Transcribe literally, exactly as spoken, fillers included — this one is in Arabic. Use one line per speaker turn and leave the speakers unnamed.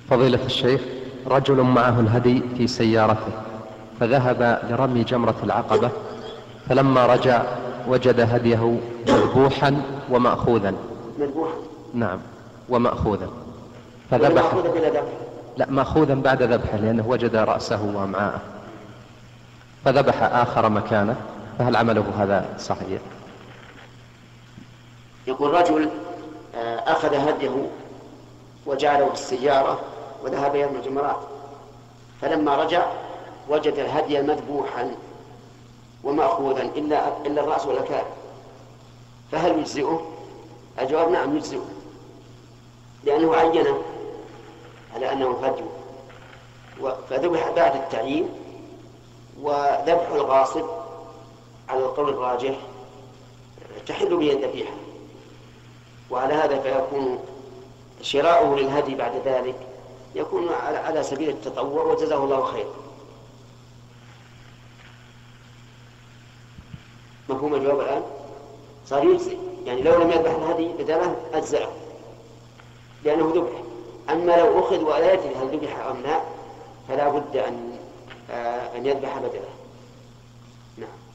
فضيلة الشيخ، رجل معه الهدي في سيارته فذهب لرمي جمرة العقبة، فلما رجع وجد هديه مذبوحا ومأخوذا.
مذبوحا؟
نعم، ومأخوذا فذبح. لا، مأخوذا بعد ذبحه، لأنه وجد رأسه وأمعاءه فذبح آخر مكانه، فهل عمله هذا صحيح؟
يقول رجل أخذ هديه وجعله في السيارة وذهب يرمي الجمرات، فلما رجع وجد الهدي مذبوحا ومأخوذا إلا إلا الرأس والأكاب، فهل يجزئه؟ الجواب نعم يجزئه، لأنه عينه على أنه هدي، فذبح بعد التعيين. وذبح الغاصب على القول الراجح تحل به الذبيحة، وعلى هذا فيكون شراؤه للهدي بعد ذلك يكون على سبيل التطوع، وجزاه الله خيرا. مفهوم الجواب الآن؟ صار يجزي، يعني لو لم يذبح الهدي بدله أجزأه لأنه ذبح. أما لو أخذ ولا يدري هل ذبح أم لا فلا بد أن أن يذبح بدله. نعم.